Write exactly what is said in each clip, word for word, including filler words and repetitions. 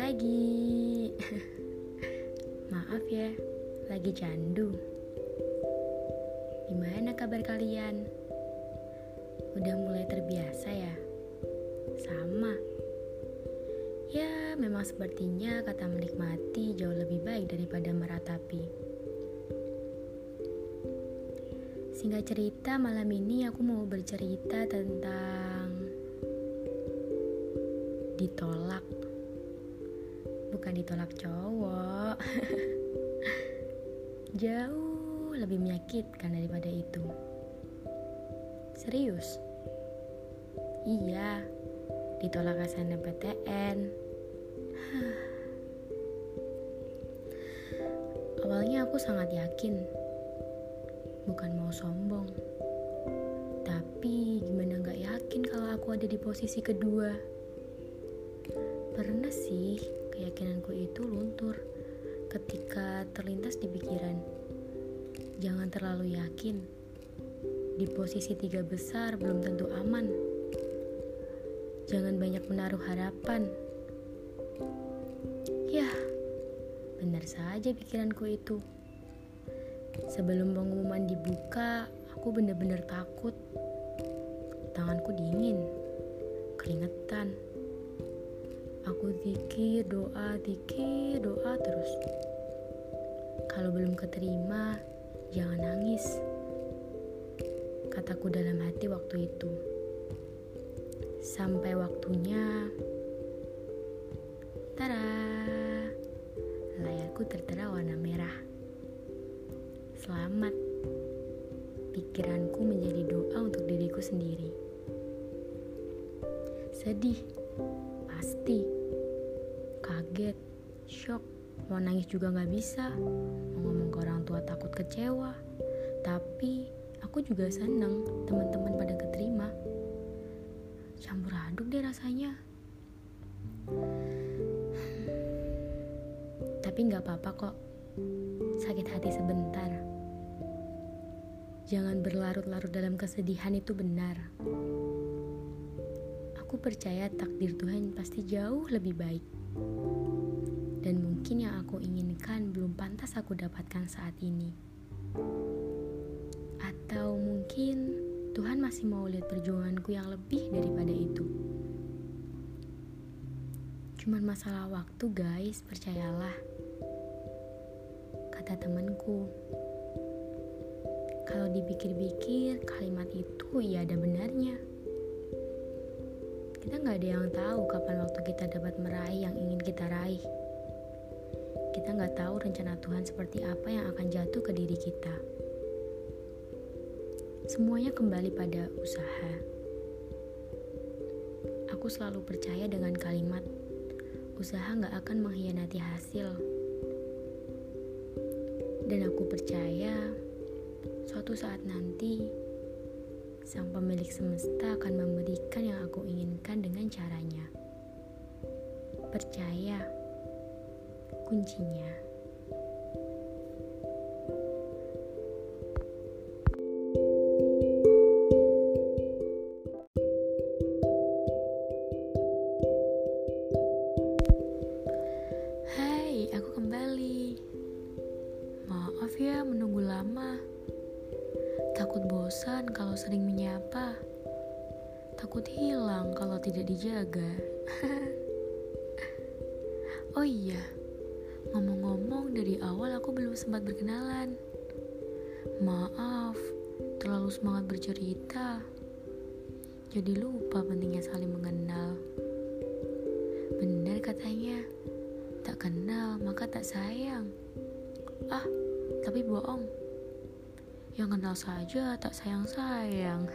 lagi. Maaf ya, lagi candu. Gimana kabar kalian? Udah mulai terbiasa ya? Sama. Ya, memang sepertinya kata menikmati jauh lebih baik daripada meratapi. Singkat cerita, malam ini aku mau bercerita tentang ditolak. Bukan ditolak cowok. Jauh lebih menyakitkan daripada itu. Serius? Iya, ditolak S N M P T N. Awalnya aku sangat yakin. Bukan mau sombong, tapi gimana gak yakin kalau aku ada di posisi kedua. Pernah sih keyakinanku itu luntur ketika terlintas di pikiran. Jangan terlalu yakin. Di posisi tiga besar belum tentu aman. Jangan banyak menaruh harapan. Yah, benar saja pikiranku itu. Sebelum pengumuman dibuka, aku benar-benar takut. Tanganku dingin, keringetan. Aku zikir, doa, zikir, doa terus. Kalau belum keterima, jangan nangis, kataku dalam hati waktu itu. Sampai waktunya, tada, layarku tertera warna merah. Selamat. Pikiranku menjadi doa untuk diriku sendiri. Sedih, pasti. Kaget, shock, mau nangis juga gak bisa. Mau ngomong ke orang tua takut kecewa. Tapi aku juga seneng teman-teman pada keterima. Campur aduk deh rasanya. Tapi gak apa-apa kok. Sakit hati sebentar. Jangan berlarut-larut dalam kesedihan, itu benar. Aku percaya takdir Tuhan pasti jauh lebih baik. Dan mungkin yang aku inginkan belum pantas aku dapatkan saat ini. Atau mungkin Tuhan masih mau lihat perjuanganku yang lebih daripada itu. Cuman masalah waktu guys, percayalah. Kata temanku. Kalau dipikir-pikir, kalimat itu ya ada benarnya. Kita gak ada yang tahu kapan waktu kita dapat meraih yang ingin kita raih. Kita gak tahu rencana Tuhan seperti apa yang akan jatuh ke diri kita. Semuanya kembali pada usaha. Aku selalu percaya dengan kalimat, usaha gak akan mengkhianati hasil. Dan aku percaya, suatu saat nanti, Sang pemilik semesta akan memberikan yang aku inginkan dengan caranya. Percaya, kuncinya. Hai, aku kembali. Maaf ya menunggu lama. Takut bosan kalau sering menyapa. Takut hilang kalau tidak dijaga. Oh iya, ngomong-ngomong dari awal aku belum sempat berkenalan. Maaf, terlalu semangat bercerita. Jadi lupa pentingnya saling mengenal. Benar katanya, tak kenal maka tak sayang. Ah, tapi bohong. Yang kenal saja tak sayang-sayang.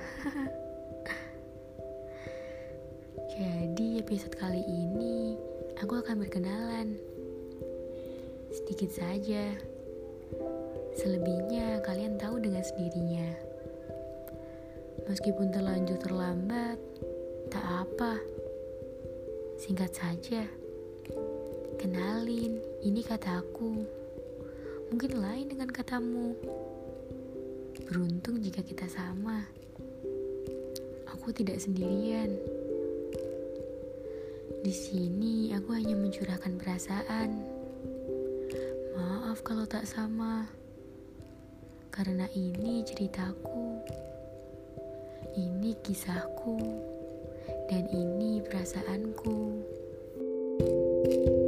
Jadi episode kali ini aku akan berkenalan. Sedikit saja. Selebihnya kalian tahu dengan sendirinya. Meskipun terlanjur terlambat, tak apa. Singkat saja. Kenalin, ini kataku. Mungkin lain dengan katamu. Beruntung jika kita sama. Aku tidak sendirian. Di Di sini aku hanya mencurahkan perasaan. Maaf kalau tak sama. Karena ini ceritaku. Ini kisahku. Dan ini perasaanku.